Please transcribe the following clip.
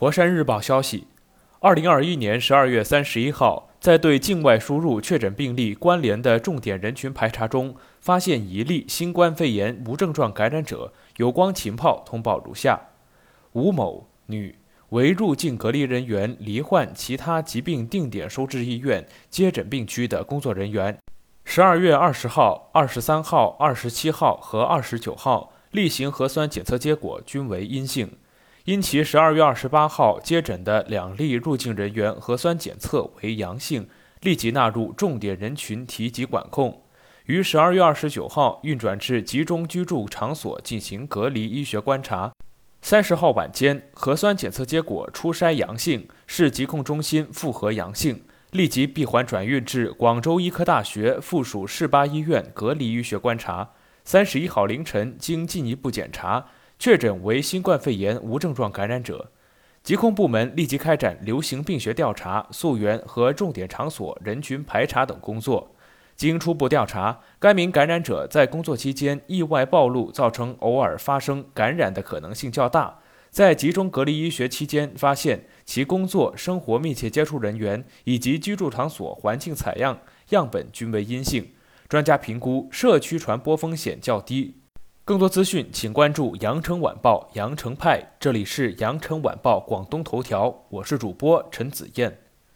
佛山日报消息，2021年12月31号，在对境外输入确诊病例关联的重点人群排查中，发现一例新冠肺炎无症状感染者，有关情报通报如下：吴某，女，为入境隔离人员罹患其他疾病定点收治医院接诊病区的工作人员，12月20号、23号、27号和29号例行核酸检测结果均为阴性。因其12月28号接诊的2例入境人员核酸检测为阳性，立即纳入重点人群提及管控，于12月29号运转至集中居住场所进行隔离医学观察。30号晚间，核酸检测结果初筛阳性，市疾控中心复核阳性，立即闭环转运至广州医科大学附属市八医院隔离医学观察。31号凌晨经进一步检查，确诊为新冠肺炎无症状感染者，疾控部门立即开展流行病学调查、溯源和重点场所人群排查等工作。经初步调查，该名感染者在工作期间意外暴露，造成偶尔发生感染的可能性较大。在集中隔离医学期间，发现其工作、生活密切接触人员以及居住场所环境采样样本均为阴性。专家评估社区传播风险较低。更多资讯请关注羊城晚报羊城派，这里是羊城晚报广东头条，我是主播陈子燕。